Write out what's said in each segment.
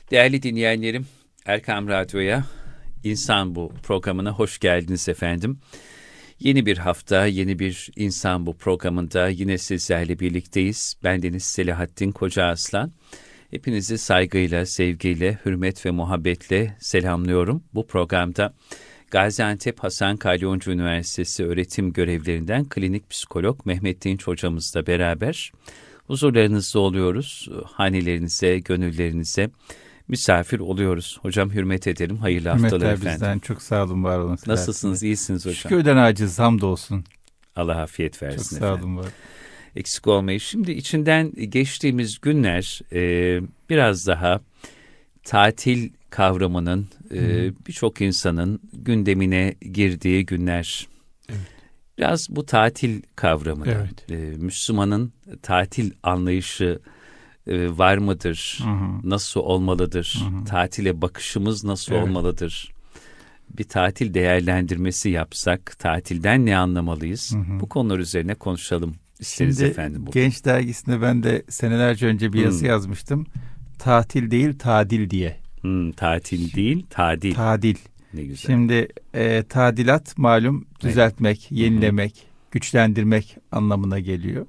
Değerli dinleyenlerim, Erkam Radyo'ya, İnsan Bu programına hoş geldiniz efendim. Yeni bir hafta, yeni bir İnsan Bu programında yine sizlerle birlikteyiz. Bendeniz Selahattin Kocaaslan. Hepinizi saygıyla, sevgiyle, hürmet ve muhabbetle selamlıyorum. Bu programda Gaziantep Hasan Kalyoncu Üniversitesi öğretim görevlerinden klinik psikolog Mehmet Dinç hocamızla beraber huzurlarınızda oluyoruz. Hanelerinize, gönüllerinize misafir oluyoruz. Hocam hürmet ederim. Hayırlı haftalar efendim. Hürmetler bizden. Çok sağ olun, var olun. Nasılsınız? İyisiniz hocam? Şükürden aciz, hamdolsun. Allah afiyet versin çok efendim. Çok sağ olun, var. Eksik olmayın. Şimdi içinden geçtiğimiz günler biraz daha tatil kavramının birçok insanın gündemine girdiği günler. Evet. Biraz bu tatil kavramı, evet. Müslümanın tatil anlayışı var mıdır? Nasıl olmalıdır? Tatile bakışımız nasıl olmalıdır? Bir tatil değerlendirmesi yapsak, tatilden ne anlamalıyız? Bu konular üzerine konuşalım isteriz Şimdi, efendim. Genç Dergisi'nde ben de senelerce önce bir yazı yazmıştım. Tatil değil, tadil diye. Tatil değil, tadil. Tadil. Ne güzel. Şimdi tadilat malum düzeltmek, yenilemek, güçlendirmek anlamına geliyor.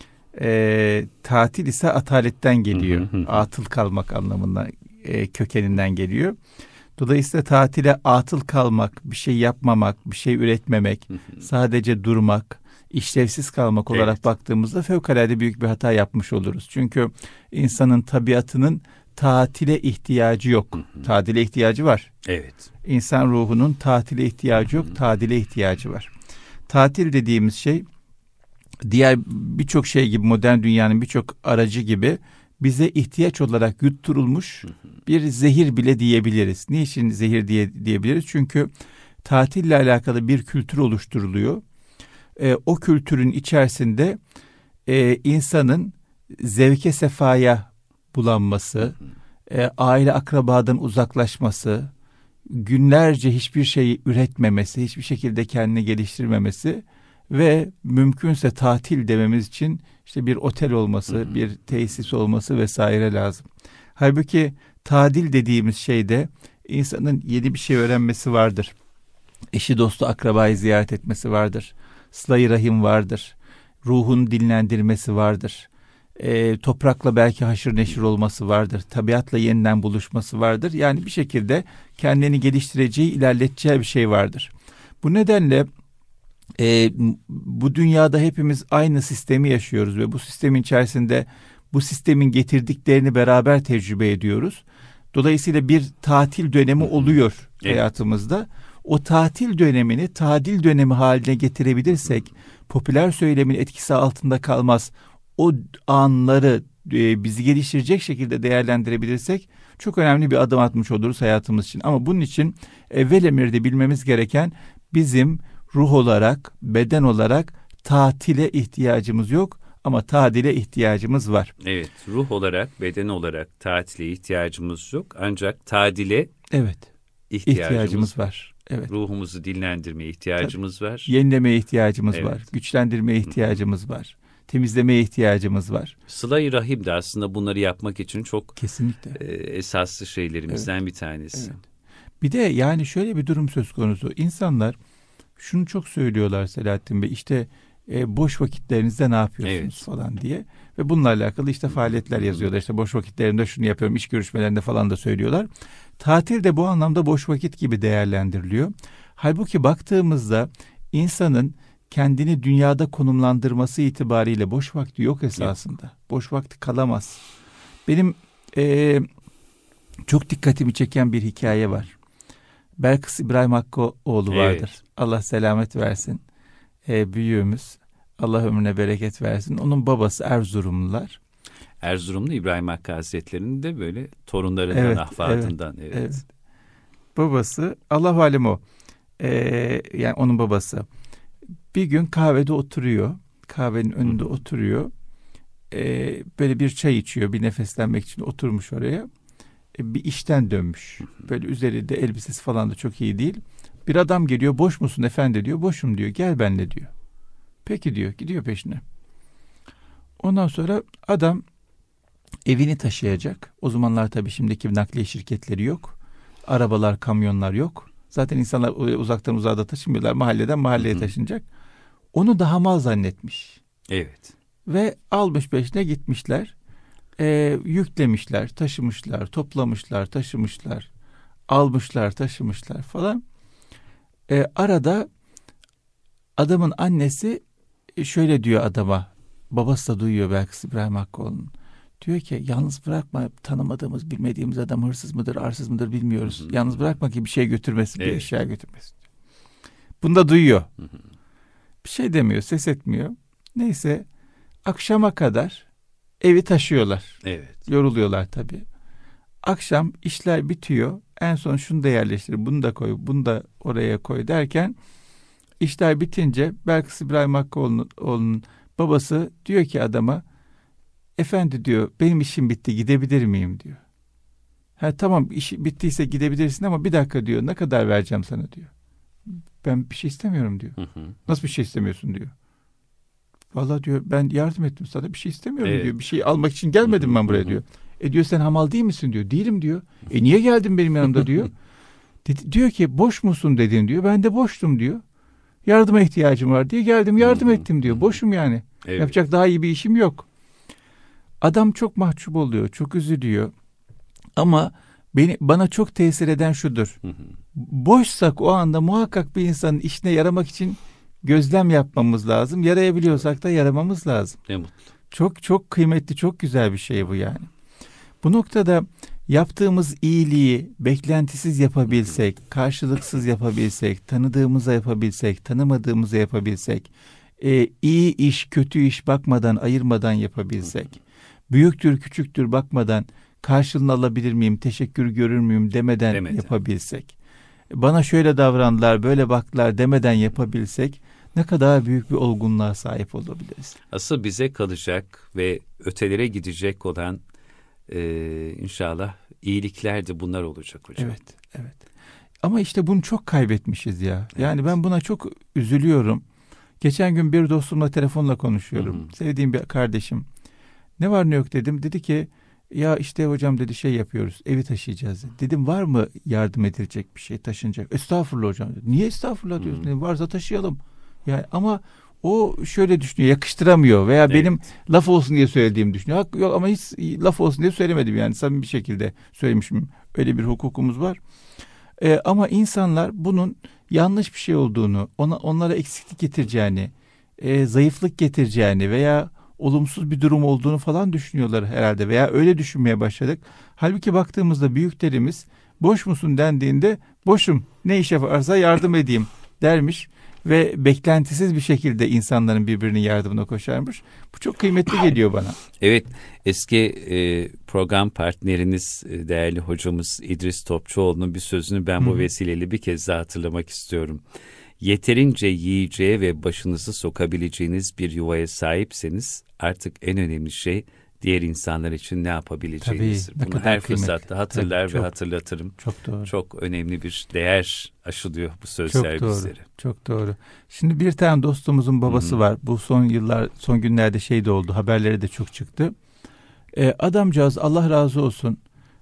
Tatil ise ataletten geliyor. Atıl kalmak anlamına kökeninden geliyor. Dolayısıyla tatile atıl kalmak, bir şey yapmamak, bir şey üretmemek, sadece durmak, işlevsiz kalmak olarak baktığımızda fevkalade büyük bir hata yapmış oluruz. Çünkü insanın tabiatının tatile ihtiyacı yok. Tatile ihtiyacı var. Evet. İnsan ruhunun tatile ihtiyacı yok, tadile ihtiyacı var. Tatil dediğimiz şey diğer birçok şey gibi, modern dünyanın birçok aracı gibi bize ihtiyaç olarak yutturulmuş bir zehir bile diyebiliriz. Niçin zehir diyebiliriz? Çünkü tatille alakalı bir kültür oluşturuluyor. O kültürün içerisinde insanın zevke sefaya bulanması, aile akrabadan uzaklaşması, günlerce hiçbir şey üretmemesi, hiçbir şekilde kendini geliştirmemesi ve mümkünse tatil dememiz için işte bir otel olması, bir tesis olması vesaire lazım. Halbuki tadil dediğimiz şeyde insanın yeni bir şey öğrenmesi vardır. Eşi dostu akrabayı ziyaret etmesi vardır. Sıla-i rahim vardır. Ruhun dinlendirmesi vardır. Toprakla belki haşır neşir olması vardır. Tabiatla yeniden buluşması vardır. Yani bir şekilde kendini geliştireceği, ilerleteceği bir şey vardır. Bu nedenle bu dünyada hepimiz aynı sistemi yaşıyoruz ve bu sistemin içerisinde bu sistemin getirdiklerini beraber tecrübe ediyoruz. Dolayısıyla bir tatil dönemi oluyor hayatımızda. O tatil dönemini tadil dönemi haline getirebilirsek, popüler söylemin etkisi altında kalmaz, o anları bizi geliştirecek şekilde değerlendirebilirsek çok önemli bir adım atmış oluruz hayatımız için. Ama bunun için evvel emirde bilmemiz gereken, bizim ruh olarak, beden olarak tatile ihtiyacımız yok ama tadile ihtiyacımız var. Evet, ruh olarak, beden olarak tatile ihtiyacımız yok ancak tadile ihtiyacımız var. Evet. Ruhumuzu dinlendirmeye ihtiyacımız var. Yenilemeye ihtiyacımız var. Güçlendirmeye ihtiyacımız var. Temizlemeye ihtiyacımız var. Sıla-i rahim de aslında bunları yapmak için çok kesinlikle esaslı şeylerimizden bir tanesi. Evet. Bir de yani şöyle bir durum söz konusu. İnsanlar şunu çok söylüyorlar Selahattin Bey, işte boş vakitlerinizde ne yapıyorsunuz falan diye. Ve bununla alakalı işte faaliyetler yazıyorlar. İşte boş vakitlerimde şunu yapıyorum, iş görüşmelerinde falan da söylüyorlar. Tatil de bu anlamda boş vakit gibi değerlendiriliyor. Halbuki baktığımızda insanın kendini dünyada konumlandırması itibariyle boş vakti yok esasında. Yok. Boş vakti kalamaz. Benim çok dikkatimi çeken bir hikaye var. Belkıs İbrahim Hakkıoğlu vardır. Allah selamet versin. Büyüğümüz. Allah ömrüne bereket versin. Onun babası Erzurumlular. Erzurumlu İbrahim Hakkı Hazretleri'nin de böyle torunlarından, ahfadından. Evet. Babası, Allah alem o. Yani onun babası. Bir gün kahvede oturuyor. Kahvenin önünde oturuyor. Böyle bir çay içiyor. Bir nefeslenmek için oturmuş oraya. Bir işten dönmüş. Böyle üzerinde elbisesi falan da çok iyi değil. Bir adam geliyor. Boş musun efendi diyor. Boşum diyor. Gel benimle diyor. Peki diyor. Gidiyor peşine. Ondan sonra adam Evini taşıyacak. O zamanlar tabii şimdiki nakliye şirketleri yok. Arabalar, kamyonlar yok. Zaten insanlar uzaktan uzağa da taşımıyorlar. Mahalleden mahalleye taşınacak. Onu da hamal zannetmiş. Evet. Ve almış peşine gitmişler. Yüklemişler, taşımışlar, toplamışlar, taşımışlar. Almışlar, taşımışlar falan. Arada adamın annesi şöyle diyor adama. Babası da duyuyor belki İbrahim Hakkıoğlu'nun. Diyor ki yalnız bırakma, tanımadığımız, bilmediğimiz adam hırsız mıdır, arsız mıdır bilmiyoruz. Yalnız bırakma ki bir şey götürmesin, bir eşya götürmesin. Bunu da duyuyor. Bir şey demiyor, ses etmiyor. Neyse akşama kadar evi taşıyorlar. Evet. Yoruluyorlar tabii. Akşam işler bitiyor. En son şunu da yerleştir, bunu da koy, bunu da oraya koy derken işler bitince Belkıs İbrahim Hakkıoğlu'nun babası diyor ki adama, efendi diyor, benim işim bitti, gidebilir miyim diyor. Tamam, iş bittiyse gidebilirsin ama bir dakika diyor, ne kadar vereceğim sana diyor. Ben bir şey istemiyorum diyor. Nasıl bir şey istemiyorsun diyor. Vallahi diyor, ben yardım ettim sana, bir şey istemiyorum diyor. Bir şey almak için gelmedim ben buraya diyor. Diyor sen hamal değil misin diyor. Değilim diyor. Niye geldin benim yanımda diyor. Diyor ki boş musun dedin diyor. Ben de boştum diyor. Yardıma ihtiyacım var diye geldim, yardım ettim diyor. Boşum yani. Evet. Yapacak daha iyi bir işim yok. Adam çok mahcup oluyor, çok üzülüyor. Ama bana çok tesir eden şudur. Boşsak o anda muhakkak bir insanın işine yaramak için gözlem yapmamız lazım. Yarayabiliyorsak da yaramamız lazım. Ne mutlu. Çok çok kıymetli, çok güzel bir şey bu yani. Bu noktada yaptığımız iyiliği beklentisiz yapabilsek, karşılıksız yapabilsek, tanıdığımıza yapabilsek, tanımadığımıza yapabilsek, iyi iş, kötü iş bakmadan, ayırmadan yapabilsek, büyüktür, küçüktür bakmadan karşılığını alabilir miyim, teşekkür görür müyüm demeden yapabilsek, bana şöyle davrandılar, böyle baktılar demeden yapabilsek, ne kadar büyük bir olgunluğa sahip olabiliriz. Asıl bize kalacak ve ötelere gidecek olan inşallah iyilikler de bunlar olacak hocam. Evet. Ama işte bunu çok kaybetmişiz ya. Yani ben buna çok üzülüyorum. Geçen gün bir dostumla telefonla konuşuyorum. Sevdiğim bir kardeşim. Ne var ne yok dedim. Dedi ki ya işte hocam dedi şey yapıyoruz. Evi taşıyacağız dedi. Dedim var mı yardım edilecek bir şey taşınacak? Estağfurullah hocam dedi. Niye estağfurullah diyorsun? Dedim, varsa taşıyalım. Yani ama o şöyle düşünüyor, yakıştıramıyor veya benim laf olsun diye söylediğimi düşünüyor. Yok ama hiç laf olsun diye söylemedim yani samimi bir şekilde söylemişim. Öyle bir hukukumuz var. Ama insanlar bunun yanlış bir şey olduğunu, onlara eksiklik getireceğini, zayıflık getireceğini veya olumsuz bir durum olduğunu falan düşünüyorlar herhalde veya öyle düşünmeye başladık. Halbuki baktığımızda büyüklerimiz boş musun dendiğinde boşum, ne iş yaparsa yardım edeyim dermiş. Ve beklentisiz bir şekilde insanların birbirinin yardımına koşarmış. Bu çok kıymetli geliyor bana. Evet, eski program partneriniz değerli hocamız İdris Topçuoğlu'nun bir sözünü ben bu vesileyle bir kez daha hatırlamak istiyorum. Yeterince yiyeceğe ve başınızı sokabileceğiniz bir yuvaya sahipseniz artık en önemli şey diğer insanlar için ne yapabileceğinizdir. Bunu her fırsatta hatırlar ve hatırlatırım. Çok doğru. Çok önemli bir değer aşılıyor bu sözler bizlere. Çok doğru. Şimdi bir tane dostumuzun babası var. Bu son günlerde şey de oldu. Haberleri de çok çıktı. Adamcağız Allah razı olsun.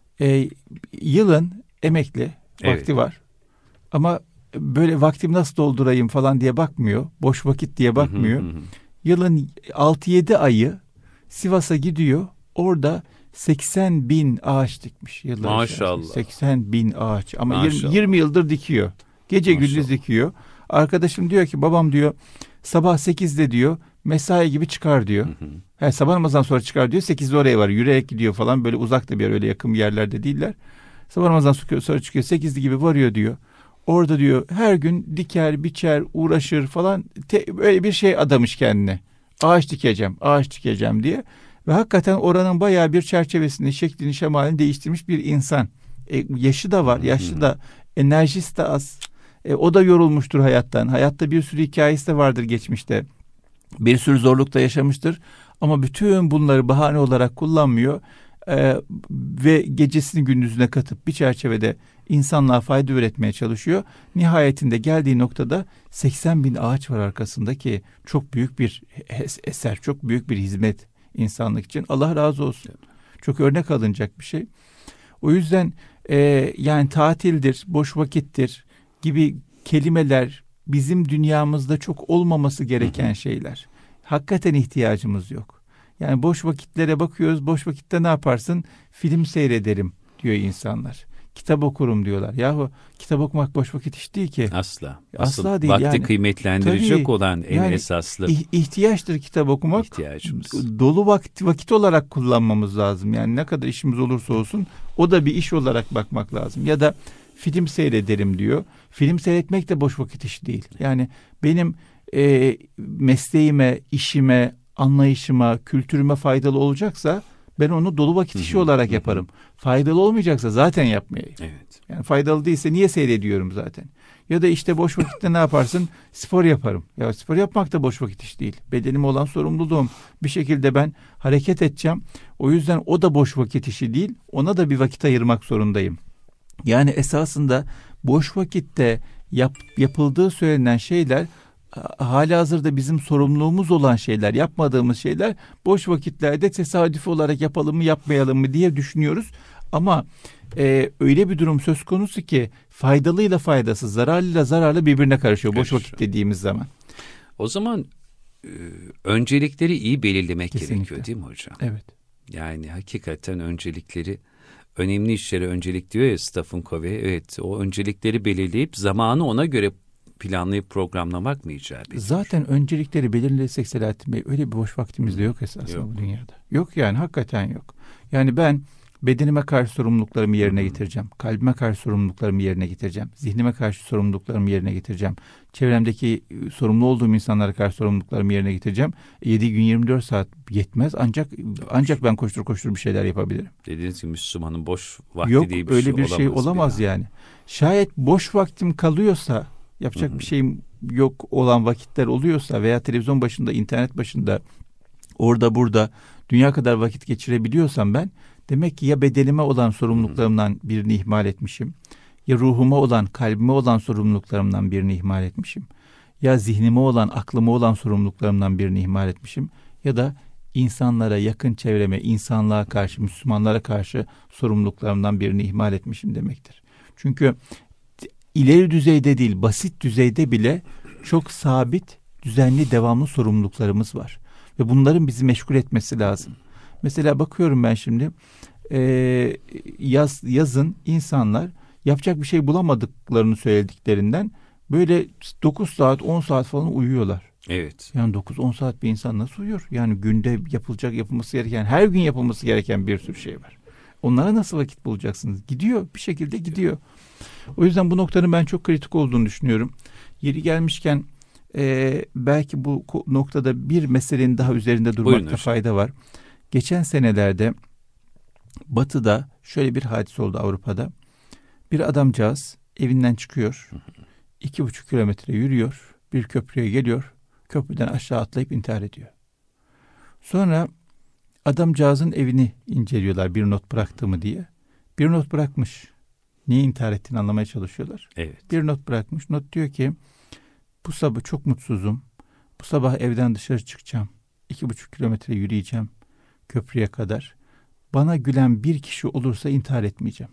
Yılın emekli vakti var. Ama böyle vaktimi nasıl doldurayım falan diye bakmıyor. Boş vakit diye bakmıyor. Yılın 6-7 ayı Sivas'a gidiyor. Orada 80.000 ağaç dikmiş. Maşallah. 80.000 ağaç. Ama 20 yıldır dikiyor. Gece gündüz dikiyor. Arkadaşım diyor ki babam diyor sabah 8'de diyor mesai gibi çıkar diyor. Sabah namazdan sonra çıkar diyor. 8'de oraya var. Yürüyerek gidiyor falan. Böyle uzakta bir yer, öyle yakın bir yerlerde değiller. Sabah namazdan sonra çıkıyor. 8'de gibi varıyor diyor. Orada diyor her gün diker, biçer, uğraşır falan. Öyle bir şey adamış kendine. Ağaç dikeceğim diye. Ve hakikaten oranın bayağı bir çerçevesini, şeklini, şemalini değiştirmiş bir insan. Yaşı da var, yaşlı da, enerjisi de az. O da yorulmuştur hayattan. Hayatta bir sürü hikayesi de vardır geçmişte. Bir sürü zorlukta yaşamıştır. Ama bütün bunları bahane olarak kullanmıyor. Ve gecesini gündüzüne katıp bir çerçevede insanlığa fayda üretmeye çalışıyor. Nihayetinde geldiği noktada 80.000 ağaç var arkasında ki çok büyük bir eser, çok büyük bir hizmet insanlık için. Allah razı olsun. çok örnek alınacak bir şey. O yüzden yani tatildir, boş vakittir gibi kelimeler bizim dünyamızda çok olmaması gereken şeyler. Hakikaten ihtiyacımız yok. Yani boş vakitlere bakıyoruz. Boş vakitte ne yaparsın? Film seyrederim diyor insanlar. Kitap okurum diyorlar. Yahu kitap okumak boş vakit iş değil ki. Asla. Asla değil vakti yani. kıymetlendirecek Tabii, olan en yani esaslı ihtiyaçtır kitap okumak. ihtiyacımız. Dolu vakit olarak kullanmamız lazım. Yani ne kadar işimiz olursa olsun o da bir iş olarak bakmak lazım. Ya da film seyrederim diyor. Film seyretmek de boş vakit işi değil. Yani benim mesleğime, işime, anlayışıma, kültürüme faydalı olacaksa ben onu dolu vakit işi olarak yaparım. Faydalı olmayacaksa zaten yapmayayım. Evet. Yani faydalı değilse niye seyrediyorum zaten? Ya da işte boş vakitte ne yaparsın? Spor yaparım. Ya spor yapmak da boş vakit iş değil. Bedenime olan sorumluluğum. Bir şekilde ben hareket edeceğim. O yüzden o da boş vakit işi değil. Ona da bir vakit ayırmak zorundayım. Yani esasında boş vakitte yapıldığı söylenen şeyler halihazırda bizim sorumluluğumuz olan şeyler, yapmadığımız şeyler boş vakitlerde tesadüfi olarak yapalım mı yapmayalım mı diye düşünüyoruz. Ama öyle bir durum söz konusu ki faydalıyla faydasız, zararlıyla zararlı birbirine karışıyor boş vakit dediğimiz zaman. O zaman öncelikleri iyi belirlemek Kesinlikle gerekiyor değil mi hocam? Evet. Yani hakikaten öncelikleri, önemli işlere öncelik diyor ya Stephen Covey. Evet, o öncelikleri belirleyip zamanı ona göre planlayıp programlamak mı icap ediyor? Zaten öncelikleri belirlesek Selahattin Bey öyle bir boş vaktimiz de yok esasında bu dünyada. Yok yani hakikaten yok. Yani ben bedenime karşı sorumluluklarımı yerine getireceğim. Kalbime karşı sorumluluklarımı yerine getireceğim. Zihnime karşı sorumluluklarımı yerine getireceğim. Çevremdeki sorumlu olduğum insanlara karşı sorumluluklarımı yerine getireceğim. 7 gün 24 saat yetmez. Ancak ben koştur koştur bir şeyler yapabilirim. Dediğiniz gibi Müslümanın boş vakti yok, diye bir öyle şey bir şey olamaz yani. Şayet boş vaktim kalıyorsa, yapacak bir şeyim yok olan vakitler oluyorsa veya televizyon başında, internet başında, orada burada dünya kadar vakit geçirebiliyorsam ben, demek ki ya bedenime olan sorumluluklarımdan birini ihmal etmişim, ya ruhuma olan, kalbime olan sorumluluklarımdan birini ihmal etmişim, ya zihnime olan, aklıma olan sorumluluklarımdan birini ihmal etmişim, ya da insanlara, yakın çevreme, insanlığa karşı, Müslümanlara karşı sorumluluklarımdan birini ihmal etmişim demektir. Çünkü ileri düzeyde değil, basit düzeyde bile çok sabit, düzenli, devamlı sorumluluklarımız var. Ve bunların bizi meşgul etmesi lazım. Mesela bakıyorum ben şimdi, yazın insanlar yapacak bir şey bulamadıklarını söylediklerinden böyle 9 saat, 10 saat falan uyuyorlar. Evet. Yani 9-10 saat bir insan nasıl uyuyor? Yani günde yapılması gereken, her gün yapılması gereken bir sürü şey var. Onlara nasıl vakit bulacaksınız? Gidiyor, bir şekilde gidiyor. O yüzden bu noktanın ben çok kritik olduğunu düşünüyorum. Yeri gelmişken belki bu noktada bir meselenin daha üzerinde durmakta fayda var. Geçen senelerde Batı'da şöyle bir hadise oldu Avrupa'da. Bir adamcağız evinden çıkıyor. 2,5 kilometre yürüyor. Bir köprüye geliyor. Köprüden aşağı atlayıp intihar ediyor. Sonra adamcağızın evini inceliyorlar, bir not bıraktı mı diye. Bir not bırakmış. Niye intihar ettiğini anlamaya çalışıyorlar. Evet. Bir not bırakmış. Not diyor ki bu sabah çok mutsuzum. Bu sabah evden dışarı çıkacağım. 2,5 kilometre yürüyeceğim köprüye kadar. Bana gülen bir kişi olursa intihar etmeyeceğim.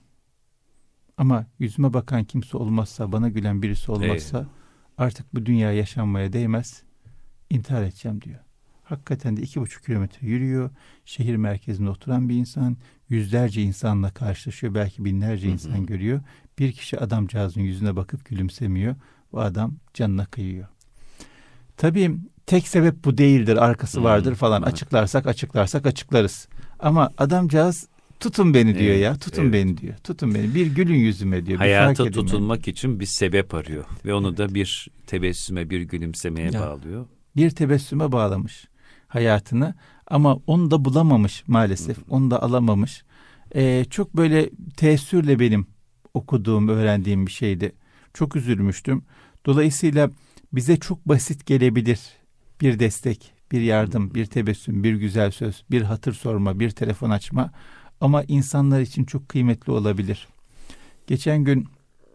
Ama yüzüme bakan kimse olmazsa, bana gülen birisi olmazsa artık bu dünya yaşanmaya değmez. İntihar edeceğim diyor. Hakikaten de 2,5 kilometre yürüyor. Şehir merkezinde oturan bir insan. Yüzlerce insanla karşılaşıyor. Belki binlerce insan görüyor. Bir kişi adamcağızın yüzüne bakıp gülümsemiyor. Bu adam canına kıyıyor. Tabii tek sebep bu değildir. Arkası vardır falan. Açıklarsak açıklarız. Ama adamcağız tutun beni diyor ya. Tutun beni diyor. Tutun beni. Bir gülün yüzüme diyor. Hayata tutunmak için bir sebep arıyor. Ve onu da bir tebessüme, bir gülümsemeye bağlıyor. Bir tebessüme bağlamış hayatını. Ama onu da bulamamış maalesef. Onu da alamamış. Çok böyle teessürle benim okuduğum, öğrendiğim bir şeydi. Çok üzülmüştüm. Dolayısıyla bize çok basit gelebilir bir destek, bir yardım, bir tebessüm, bir güzel söz, bir hatır sorma, bir telefon açma. Ama insanlar için çok kıymetli olabilir. Geçen gün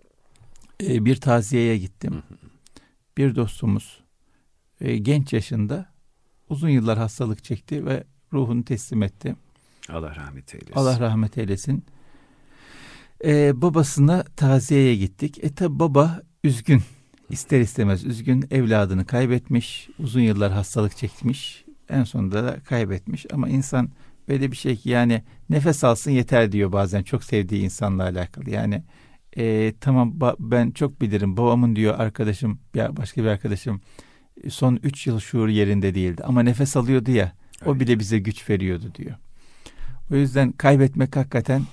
bir taziyeye gittim. Bir dostumuz genç yaşında uzun yıllar hastalık çekti ve ruhunu teslim etti. Allah rahmet eylesin. Allah rahmet eylesin. Babasına taziyeye gittik. Tabi baba üzgün. İster istemez üzgün. Evladını kaybetmiş. Uzun yıllar hastalık çekmiş. En sonunda da kaybetmiş. Ama insan böyle bir şey ki yani nefes alsın yeter diyor bazen çok sevdiği insanla alakalı. Yani tamam ben çok bilirim. Babamın diyor arkadaşım, ya başka bir arkadaşım son 3 yıl şuur yerinde değildi. Ama nefes alıyordu ya. O bile bize güç veriyordu diyor. O yüzden kaybetmek hakikaten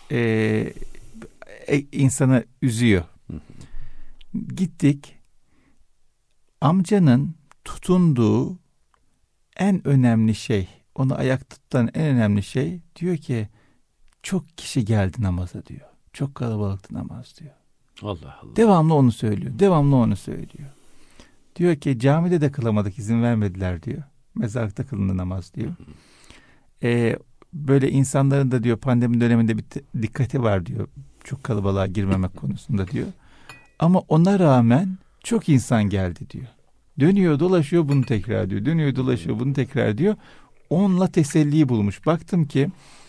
insanı üzüyor. Gittik. Amcanın tutunduğu en önemli şey, onu ayakta tutan en önemli şey, diyor ki çok kişi geldi namaza diyor. Çok kalabalıktı namaz diyor. Allah Allah. Devamlı onu söylüyor. Devamlı onu söylüyor. Diyor ki camide de kılamadık, izin vermediler diyor. Mezarlıkta kılındı namaz diyor. Böyle insanların da diyor pandemi döneminde bir dikkati var diyor. Çok kalabalığa girmemek konusunda diyor. Ama ona rağmen çok insan geldi diyor. Dönüyor dolaşıyor bunu tekrar diyor. Dönüyor dolaşıyor bunu tekrar diyor. Onunla teselli bulmuş. Baktım ki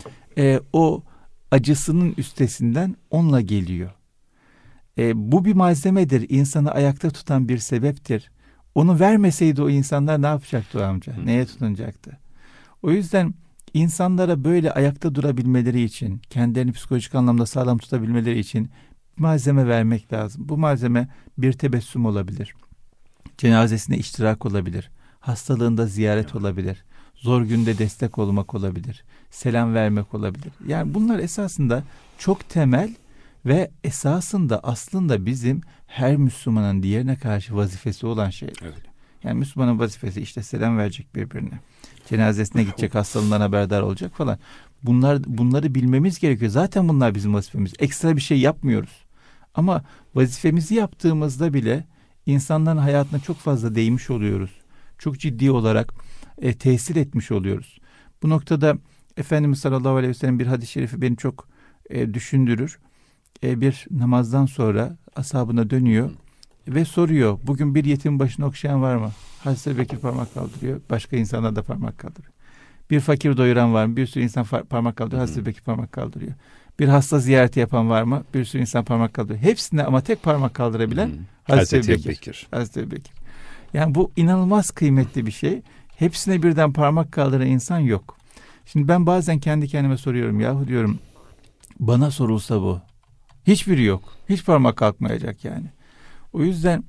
o acısının üstesinden onunla geliyor. Bu bir malzemedir. İnsanı ayakta tutan bir sebeptir. Onu vermeseydi o insanlar ne yapacaktı o amca? Neye tutunacaktı? O yüzden insanlara böyle ayakta durabilmeleri için, kendilerini psikolojik anlamda sağlam tutabilmeleri için malzeme vermek lazım. Bu malzeme bir tebessüm olabilir. Cenazesine iştirak olabilir. Hastalığında ziyaret olabilir. Zor günde destek olmak olabilir. Selam vermek olabilir. Yani bunlar esasında çok temel ve esasında aslında bizim her Müslümanın diğerine karşı vazifesi olan şeyler. Evet. Yani Müslümanın vazifesi işte selam verecek birbirine. Cenazesine gidecek, hastalığından haberdar olacak falan. Bunları bilmemiz gerekiyor. Zaten bunlar bizim vazifemiz. Ekstra bir şey yapmıyoruz. Ama vazifemizi yaptığımızda bile insanların hayatına çok fazla değmiş oluyoruz. Çok ciddi olarak tesir etmiş oluyoruz. Bu noktada Efendimiz sallallahu aleyhi ve sellem bir hadis-i şerifi beni çok düşündürür. Bir namazdan sonra ashabına dönüyor ve soruyor. Bugün bir yetimin başını okşayan var mı? Hazreti Bekir parmak kaldırıyor. Başka insanlar da parmak kaldırıyor. Bir fakir doyuran var mı? Bir sürü insan parmak kaldırıyor. Hazreti Bekir parmak kaldırıyor. Bir hasta ziyareti yapan var mı? Bir sürü insan parmak kaldırıyor. Hepsine ama tek parmak kaldırabilen Hazreti Bekir. Hazreti Bekir. Yani bu inanılmaz kıymetli bir şey. Hepsine birden parmak kaldıran insan yok. Şimdi ben bazen kendi kendime soruyorum. Yahu diyorum, bana sorulsa bu. Hiçbiri yok. Hiç parmak kalkmayacak yani. O yüzden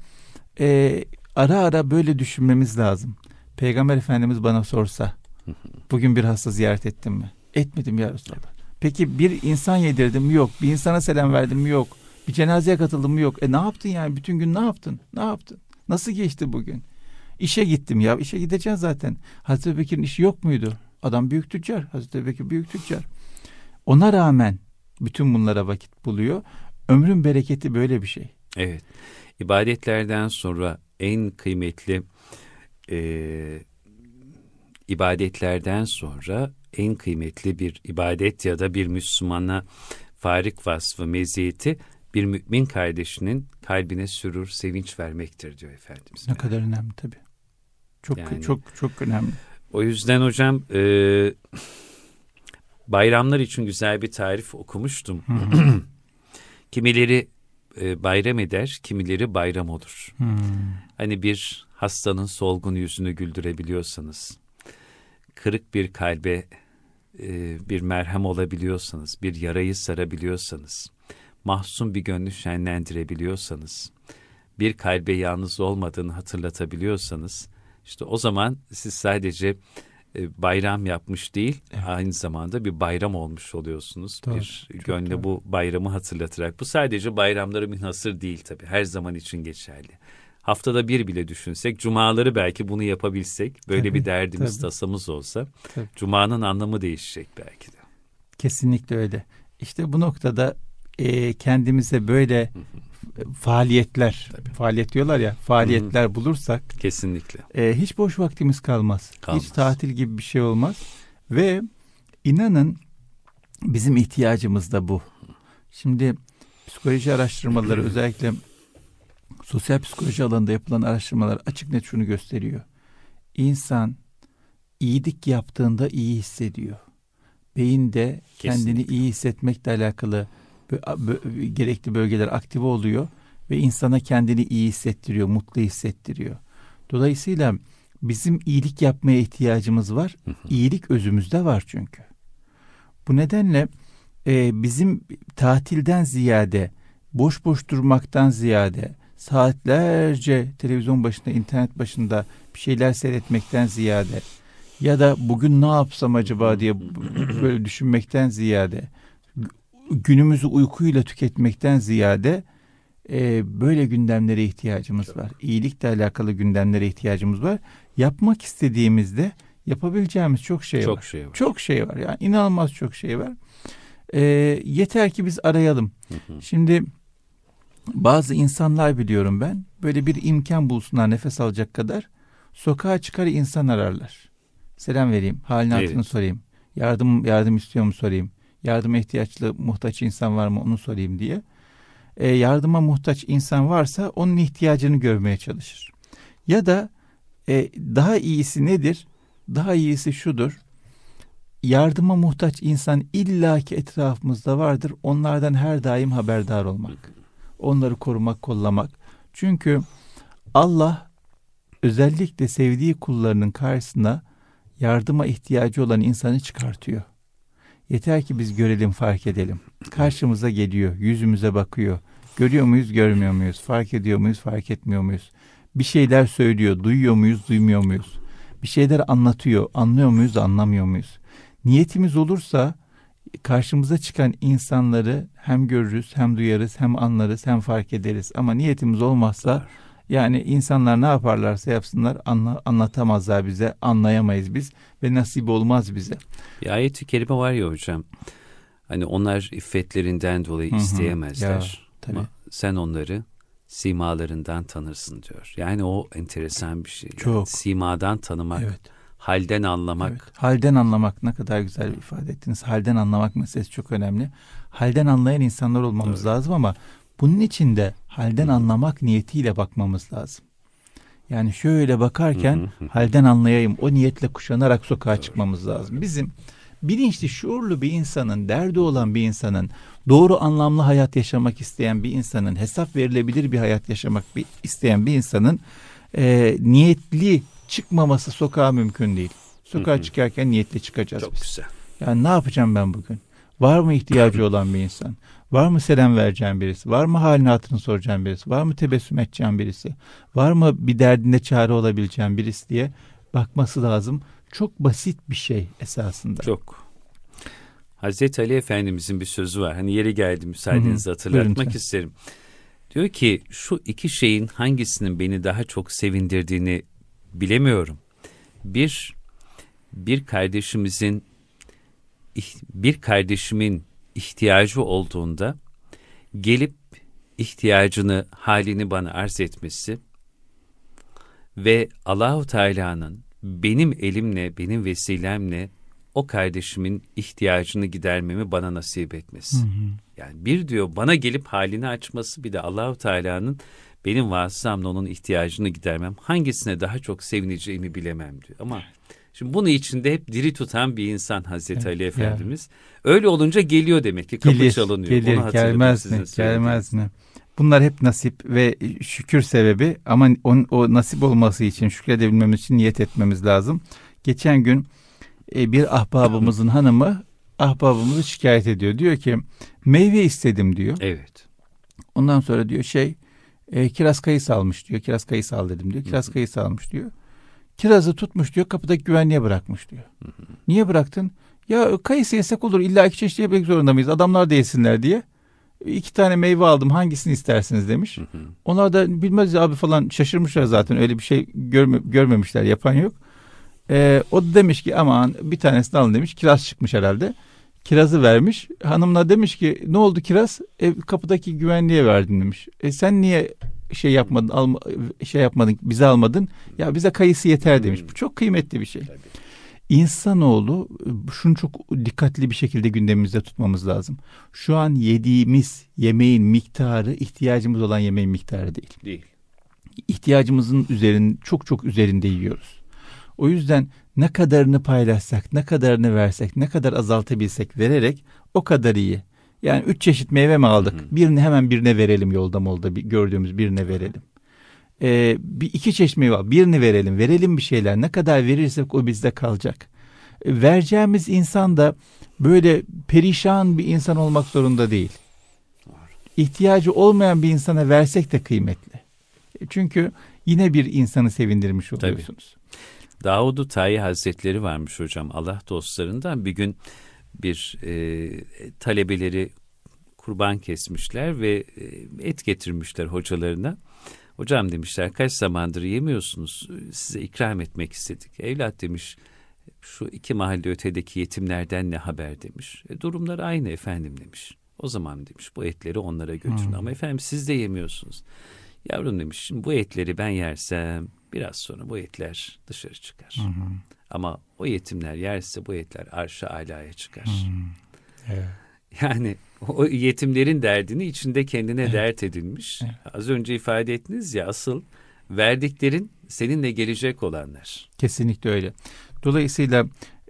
ara ara böyle düşünmemiz lazım. Peygamber Efendimiz bana sorsa, bugün bir hasta ziyaret ettim mi? Etmedim ya Resulallah. Peki bir insan yedirdim mi? Yok. Bir insana selam verdim mi? Yok. Bir cenazeye katıldım mı? Yok. Ne yaptın yani? Bütün gün ne yaptın? Ne yaptın? Nasıl geçti bugün? İşe gittim ya. İşe gideceğiz zaten. Hazreti Bekir'in işi yok muydu? Adam büyük tüccar. Hazreti Bekir büyük tüccar. Ona rağmen bütün bunlara vakit buluyor. Ömrün bereketi böyle bir şey. Evet. İbadetlerden sonra en kıymetli bir ibadet ya da bir Müslümana farik vasfı, meziyeti bir mümin kardeşinin kalbine sürur, sevinç vermektir diyor Efendimiz. Ne kadar önemli tabii. Çok önemli. O yüzden hocam bayramlar için güzel bir tarif okumuştum. Kimileri bayram eder, kimileri bayram olur. Hani bir hastanın solgun yüzünü güldürebiliyorsanız, kırık bir kalbe bir merhem olabiliyorsanız, bir yarayı sarabiliyorsanız, mahzun bir gönlü şenlendirebiliyorsanız, bir kalbe yalnız olmadığını hatırlatabiliyorsanız, işte o zaman siz sadece bayram yapmış değil, aynı zamanda bir bayram olmuş oluyorsunuz. Doğru, bir gönle bu bayramı hatırlatarak. Bu sadece bayramlara münhasır değil tabii. Her zaman için geçerli. Haftada bir bile düşünsek, cumaları belki bunu yapabilsek, böyle bir derdimiz, tasamız olsa, cumanın anlamı değişecek belki de. Kesinlikle öyle. İşte bu noktada kendimize böyle faaliyet diyorlar ya, faaliyetler bulursak kesinlikle hiç boş vaktimiz kalmaz. Hiç tatil gibi bir şey olmaz. Ve inanın bizim ihtiyacımız da bu. Şimdi psikoloji araştırmaları, özellikle sosyal psikoloji alanında yapılan araştırmalar açık net şunu gösteriyor. İnsan iyilik yaptığında iyi hissediyor. beyinde kendini Kesinlikle. iyi hissetmekle alakalı gerekli bölgeler aktive oluyor ve insana kendini iyi hissettiriyor, mutlu hissettiriyor. Dolayısıyla bizim iyilik yapmaya ihtiyacımız var. İyilik özümüzde var çünkü. Bu nedenle bizim tatilden ziyade, boş boş durmaktan ziyade, saatlerce televizyon başında, internet başında bir şeyler seyretmekten ziyade ya da bugün ne yapsam acaba diye böyle düşünmekten ziyade, günümüzü uykuyla tüketmekten ziyade böyle gündemlere ihtiyacımız var. İyilikle alakalı gündemlere ihtiyacımız var. Yapmak istediğimizde yapabileceğimiz çok şey var. Çok şey var. Yani inanılmaz çok şey var. Yeter ki biz arayalım. Şimdi bazı insanlar biliyorum ben, böyle bir imkan bulsunlar nefes alacak kadar, sokağa çıkar insan ararlar. Selam vereyim, halini hatırını sorayım. Yardım istiyor mu sorayım. Yardıma muhtaç insan var mı onu sorayım diye. Yardıma muhtaç insan varsa onun ihtiyacını görmeye çalışır. Ya da daha iyisi nedir? Daha iyisi şudur. Yardıma muhtaç insan illaki etrafımızda vardır. Onlardan her daim haberdar olmak. Onları korumak, kollamak. Çünkü Allah özellikle sevdiği kullarının karşısına yardıma ihtiyacı olan insanı çıkartıyor. Yeter ki biz görelim, fark edelim. Karşımıza geliyor, yüzümüze bakıyor. Görüyor muyuz, görmüyor muyuz? Fark ediyor muyuz, fark etmiyor muyuz? Bir şeyler söylüyor, duyuyor muyuz, duymuyor muyuz? Bir şeyler anlatıyor, anlıyor muyuz, anlamıyor muyuz? Niyetimiz olursa karşımıza çıkan insanları hem görürüz, hem duyarız, hem anlarız, hem fark ederiz. Ama niyetimiz olmazsa yani insanlar ne yaparlarsa yapsınlar anlatamazlar bize, anlayamayız biz ve nasip olmaz bize. Bir ayet-i kerime var ya hocam, hani onlar iffetlerinden dolayı isteyemezler. Ya, ama sen onları simalarından tanırsın diyor. Yani o enteresan bir şey. Çok. Yani simadan tanımak, halden anlamak. Evet. Halden anlamak, ne kadar güzel ifade ettiniz. Halden anlamak meselesi çok önemli. Halden anlayan insanlar olmamız lazım ama bunun için de halden anlamak niyetiyle bakmamız lazım. Yani şöyle bakarken halden anlayayım, o niyetle kuşanarak sokağa çıkmamız lazım. Bizim bilinçli, şuurlu bir insanın, derdi olan bir insanın, doğru anlamlı hayat yaşamak isteyen bir insanın, hesap verilebilir bir hayat yaşamak isteyen bir insanın niyetli çıkmaması sokağa mümkün değil. Sokağa çıkarken niyetli çıkacağız. Çok biz. güzel. Yani ne yapacağım ben bugün? Var mı ihtiyacı olan bir insan? Var mı selam vereceğim birisi? Var mı halini hatırını soracağım birisi? Var mı tebessüm edeceğim birisi? Var mı bir derdinde çare olabileceğim birisi diye bakması lazım. Çok basit bir şey esasında. Çok. Hazreti Ali Efendimizin bir sözü var. Hani yeri geldi, müsaadenizle hatırlatmak isterim. Diyor ki şu iki şeyin hangisinin beni daha çok sevindirdiğini bilemiyorum. Bir kardeşimin ihtiyacı olduğunda gelip ihtiyacını, halini bana arz etmesi ve Allahu Teala'nın benim elimle, benim vesilemle o kardeşimin ihtiyacını gidermemi bana nasip etmesi. Yani bir diyor bana gelip halini açması, bir de Allahu Teala'nın benim vasıtamla onun ihtiyacını gidermem. Hangisine daha çok sevineceğimi bilemem diyor. Ama şimdi bunu içinde hep diri tutan bir insan Hazreti Ali Efendimiz. Öyle olunca geliyor demek ki, kapı çalınıyor. Gelir, gelmez mi? Bunlar hep nasip ve şükür sebebi ama o nasip olması için, şükredebilmemiz için niyet etmemiz lazım. Geçen gün bir ahbabımızın hanımı ahbabımızı şikayet ediyor. Diyor ki meyve istedim diyor. Evet. Ondan sonra diyor kiraz kayısı almış diyor. Kiraz kayısı al dedim diyor. Kiraz kayısı almış diyor. Kirazı tutmuş diyor, kapıdaki güvenliğe bırakmış diyor. Niye bıraktın? Ya kayısı yesek olur, illa iki çeşit yemek zorunda mıyız? Adamlar da yesinler diye. 2 tane meyve aldım, hangisini istersiniz demiş. Onlar da bilmez abi falan, şaşırmışlar zaten, öyle bir şey görmemişler, yapan yok. O da demiş ki aman bir tanesini alın demiş. Kiraz çıkmış herhalde. Kirazı vermiş. Hanımla demiş ki ne oldu kiraz? Kapıdaki güvenliğe verdim demiş. Sen niye yapmadın, bize almadın? Ya bize kayısı yeter demiş. Bu çok kıymetli bir şey. Tabii. İnsanoğlu, şunu çok dikkatli bir şekilde gündemimizde tutmamız lazım. Şu an yediğimiz yemeğin miktarı ihtiyacımız olan yemeğin miktarı değil. İhtiyacımızın çok üzerinde yiyoruz. O yüzden Ne kadarını paylaşsak, ne kadarını versek, ne kadar azaltabilsek vererek o kadar iyi. Yani 3 çeşit meyve mi aldık? Birini hemen birine verelim, yolda molda gördüğümüz birine verelim. Bir 2 çeşit meyve al, birini verelim. Verelim bir şeyler. Ne kadar verirsek o bizde kalacak. Vereceğimiz insan da böyle perişan bir insan olmak zorunda değil. İhtiyacı olmayan bir insana versek de kıymetli. Çünkü yine bir insanı sevindirmiş oluyorsunuz. Davud-u Tayi Hazretleri varmış hocam, Allah dostlarından. Bir gün bir talebeleri kurban kesmişler ve et getirmişler hocalarına. Hocam demişler, kaç zamandır yemiyorsunuz, size ikram etmek istedik. Evlat demiş, şu 2 mahalle ötedeki yetimlerden ne haber demiş. Durumlar aynı efendim demiş. O zaman demiş bu etleri onlara götürün. Ama efendim siz de yemiyorsunuz. Yavrum demiş, şimdi bu etleri ben yersem biraz sonra bu etler dışarı çıkar. Ama o yetimler yerse bu etler arş-ı alaya çıkar. Evet. Yani o yetimlerin derdini içinde kendine dert edinmiş. Az önce ifade ettiniz ya, asıl verdiklerin seninle gelecek olanlar. Kesinlikle öyle. Dolayısıyla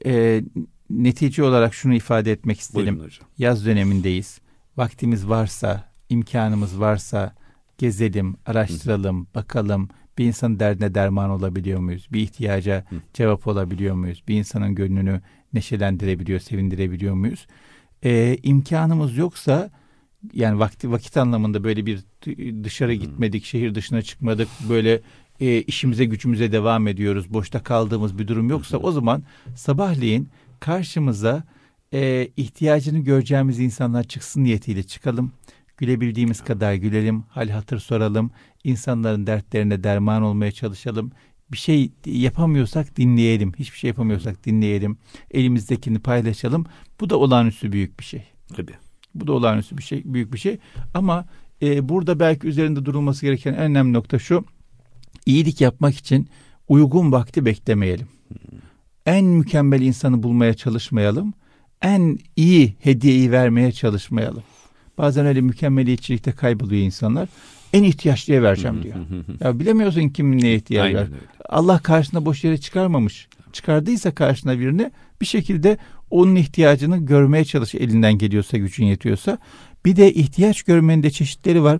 netice olarak şunu ifade etmek istedim. Yaz dönemindeyiz. Vaktimiz varsa, imkanımız varsa gezelim, araştıralım, bakalım. Bir insanın derdine derman olabiliyor muyuz? Bir ihtiyaca cevap olabiliyor muyuz? Bir insanın gönlünü neşelendirebiliyor, sevindirebiliyor muyuz? İmkanımız yoksa, yani vakit anlamında böyle bir dışarı gitmedik, şehir dışına çıkmadık, böyle işimize gücümüze devam ediyoruz, boşta kaldığımız bir durum yoksa o zaman sabahleyin karşımıza ihtiyacını göreceğimiz insanlar çıksın niyetiyle çıkalım. Gülebildiğimiz kadar gülelim, hal hatır soralım, insanların dertlerine derman olmaya çalışalım. Bir şey yapamıyorsak dinleyelim, hiçbir şey yapamıyorsak dinleyelim, elimizdekini paylaşalım. Bu da olağanüstü büyük bir şey. Tabii. Bu da olağanüstü bir şey, büyük bir şey. Ama burada belki üzerinde durulması gereken en önemli nokta şu: iyilik yapmak için uygun vakti beklemeyelim. En mükemmel insanı bulmaya çalışmayalım. En iyi hediyeyi vermeye çalışmayalım. Bazen öyle mükemmeliyetçilikte kayboluyor insanlar. En ihtiyaçlıya vereceğim diyor. Ya bilemiyorsun kimin neye ihtiyacı var. Allah karşısına boş yere çıkarmamış. Çıkardıysa karşına birini, bir şekilde onun ihtiyacını görmeye çalış, elinden geliyorsa, gücün yetiyorsa. Bir de ihtiyaç görmenin de çeşitleri var.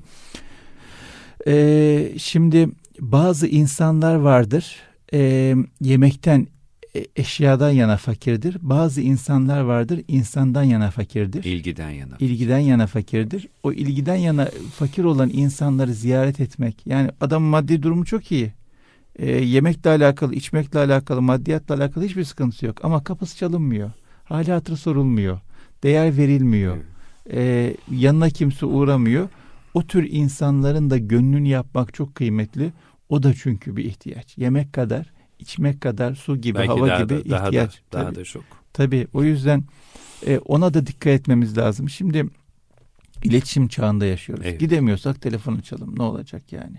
Şimdi bazı insanlar vardır, yemekten, eşyadan yana fakirdir. Bazı insanlar vardır, insandan yana fakirdir. İlgiden yana fakirdir. O ilgiden yana fakir olan insanları ziyaret etmek. Yani adamın maddi durumu çok iyi. Yemekle alakalı, içmekle alakalı, maddiyatla alakalı hiçbir sıkıntısı yok. Ama kapısı çalınmıyor. Hali hatırı sorulmuyor. Değer verilmiyor. Yanına kimse uğramıyor. O tür insanların da gönlünü yapmak çok kıymetli. O da çünkü bir ihtiyaç. Yemek kadar, içmek kadar, su gibi, belki hava gibi ihtiyaç. Daha da çok. Tabii, o yüzden ona da dikkat etmemiz lazım. Şimdi iletişim çağında yaşıyoruz. Evet. Gidemiyorsak telefon açalım. Ne olacak yani?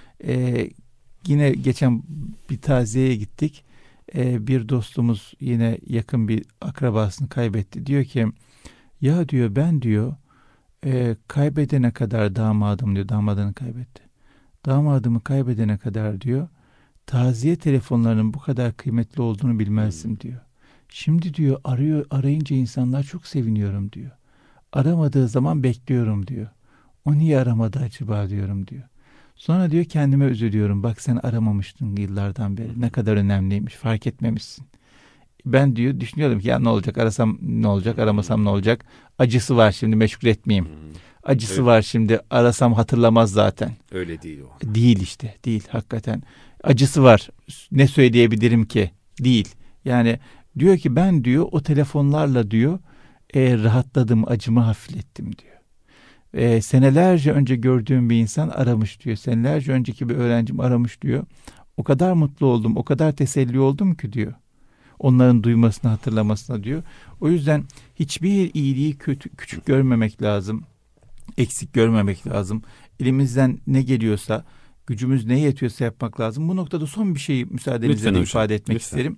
Yine geçen bir taziyeye gittik. Bir dostumuz yine yakın bir akrabasını kaybetti. Diyor ki, ya diyor, ben diyor kaybedene kadar damadını kaybetti. Damadımı kaybedene kadar diyor taziye telefonlarının bu kadar kıymetli olduğunu bilmezdim diyor. Şimdi diyor arayınca insanlar çok seviniyorum diyor. Aramadığı zaman bekliyorum diyor. O niye aramadı acaba diyorum diyor. Sonra diyor kendime üzülüyorum. Bak sen aramamıştın yıllardan beri. Ne kadar önemliymiş, fark etmemişsin. Ben diyor düşünüyorum ki ya ne olacak, arasam ne olacak, aramasam ne olacak. Acısı var şimdi, meşgul etmeyeyim. Acısı var şimdi, arasam hatırlamaz zaten. Öyle değil o. Değil işte, değil hakikaten. Acısı var, ne söyleyebilirim ki? Değil. Yani diyor ki ben diyor o telefonlarla diyor rahatladım, acımı hafiflettim diyor. Senelerce önce gördüğüm bir insan aramış diyor. Senelerce önceki bir öğrencim aramış diyor. O kadar mutlu oldum, o kadar teselli oldum ki diyor. Onların duymasına, hatırlamasına diyor. O yüzden hiçbir iyiliği küçük görmemek lazım. Eksik görmemek lazım. Elimizden ne geliyorsa, gücümüz neye yetiyorsa yapmak lazım. Bu noktada son bir şey müsaadenizle ifade etmek isterim.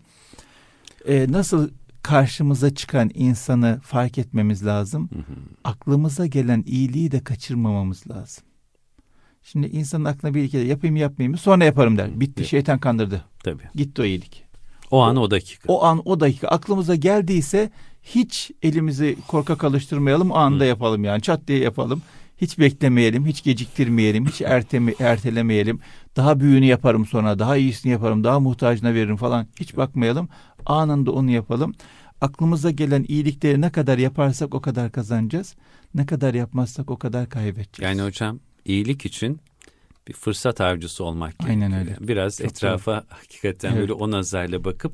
Nasıl karşımıza çıkan insanı fark etmemiz lazım. Aklımıza gelen iyiliği de kaçırmamamız lazım. Şimdi insanın aklına bir iki de yapayım yapmayayım mı sonra yaparım der. Bitti, şeytan kandırdı. Tabii. Gitti o iyilik. O an o dakika. O an o dakika aklımıza geldiyse hiç elimizi korkak alıştırmayalım, o anda yapalım yani, çat diye yapalım. Hiç beklemeyelim, hiç geciktirmeyelim, hiç ertelemeyelim. Daha büyüğünü yaparım sonra, daha iyisini yaparım, daha muhtacına veririm falan. Hiç bakmayalım. Anında onu yapalım. Aklımıza gelen iyilikleri ne kadar yaparsak o kadar kazanacağız. Ne kadar yapmazsak o kadar kaybedeceğiz. Yani hocam, iyilik için bir fırsat avcısı olmak gerekiyor. Aynen öyle. Biraz çok etrafa doğru. Hakikaten böyle o nazarla bakıp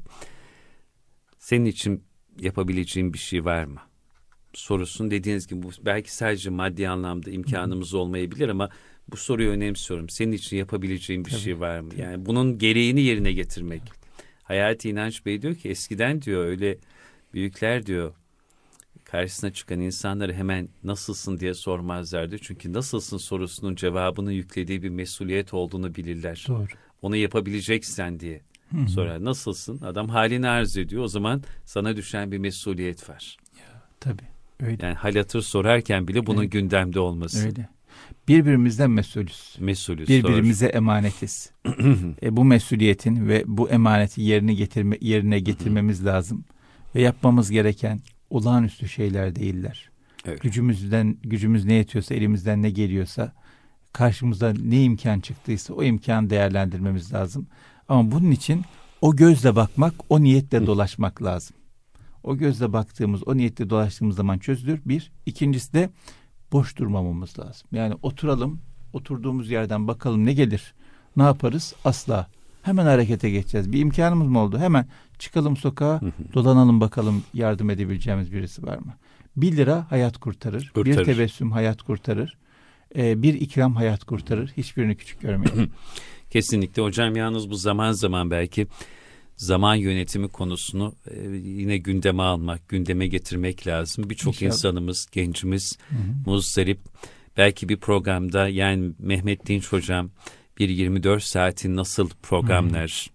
senin için yapabileceğin bir şey var mı sorusun, dediğiniz gibi bu belki sadece maddi anlamda imkanımız olmayabilir ama bu soruyu önemsiyorum. Senin için yapabileceğin bir şey var mı? Yani bunun gereğini yerine getirmek. Hayati İnanç Bey diyor ki eskiden diyor öyle büyükler diyor karşısına çıkan insanları hemen nasılsın diye sormazlardı. Çünkü nasılsın sorusunun cevabını yüklediği bir mesuliyet olduğunu bilirler. Doğru. Onu yapabileceksen diye sorar. Nasılsın? Adam halini arz ediyor. O zaman sana düşen bir mesuliyet var. Ya, tabii. Öyle. Yani hal hatır sorarken bile bunun gündemde olması. Öyle. Birbirimizden mesulüz. Birbirimize doğru. Emanetiz. Bu mesuliyetin ve bu emaneti yerine getirmemiz lazım. Ve yapmamız gereken olağanüstü şeyler değiller. Evet. Gücümüz ne yetiyorsa, elimizden ne geliyorsa, karşımıza ne imkan çıktıysa o imkanı değerlendirmemiz lazım. Ama bunun için o gözle bakmak, o niyetle dolaşmak lazım. O gözle baktığımız, o niyetle dolaştığımız zaman çözülür. Bir. İkincisi de boş durmamamız lazım. Yani oturduğumuz yerden bakalım ne gelir, ne yaparız? Asla. Hemen harekete geçeceğiz. Bir imkanımız mı oldu? Hemen çıkalım sokağa, dolanalım bakalım yardım edebileceğimiz birisi var mı? 1 lira hayat kurtarır. Bir tebessüm hayat kurtarır. Bir ikram hayat kurtarır. Hiçbirini küçük görmeyin. Kesinlikle hocam, yalnız bu zaman zaman belki zaman yönetimi konusunu yine gündeme almak, gündeme getirmek lazım. Birçok insanımız, gencimiz muzdarip. Belki bir programda yani Mehmet Dinç hocam bir 24 saati nasıl programlar,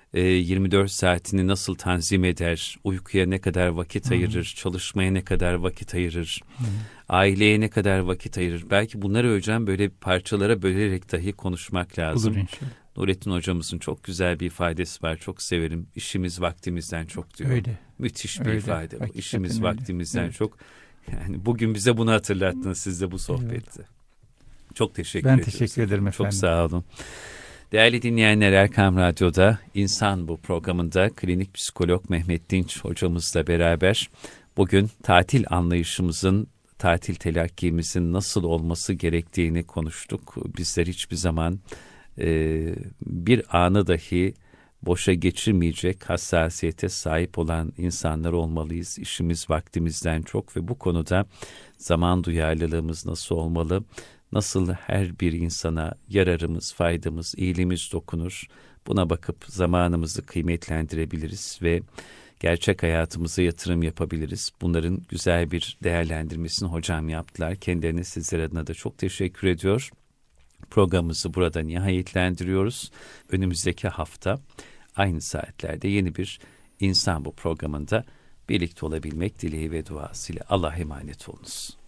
24 saatini nasıl tanzim eder, uykuya ne kadar vakit ayırır, çalışmaya ne kadar vakit ayırır, aileye ne kadar vakit ayırır. Belki bunları hocam böyle parçalara bölerek dahi konuşmak lazım. Olur inşallah. Nurettin hocamızın çok güzel bir ifadesi var. Çok severim. İşimiz vaktimizden çok diyor. Öyle. Müthiş bir öyle. ifade bu. Hakikaten İşimiz öyle. vaktimizden çok. Yani bugün bize bunu hatırlattınız siz de bu sohbette. Çok teşekkür ederim. Ben teşekkür ederim efendim. Çok sağ olun. Değerli dinleyenler, Erkam Radyo'da İnsan Bu programında klinik psikolog Mehmet Dinç hocamızla beraber bugün tatil anlayışımızın, tatil telakkimizin nasıl olması gerektiğini konuştuk. Bizler hiçbir zaman bir anı dahi boşa geçirmeyecek hassasiyete sahip olan insanlar olmalıyız. İşimiz vaktimizden çok ve bu konuda zaman duyarlılığımız nasıl olmalı? Nasıl her bir insana yararımız, faydamız, iyiliğimiz dokunur? Buna bakıp zamanımızı kıymetlendirebiliriz ve gerçek hayatımıza yatırım yapabiliriz. Bunların güzel bir değerlendirmesini hocam yaptılar. Kendilerine, sizler adına da çok teşekkür ediyor. Programımızı burada nihayetlendiriyoruz. Önümüzdeki hafta aynı saatlerde yeni bir İnsan Bu programında birlikte olabilmek dileği ve duasıyla Allah'a emanet olunuz.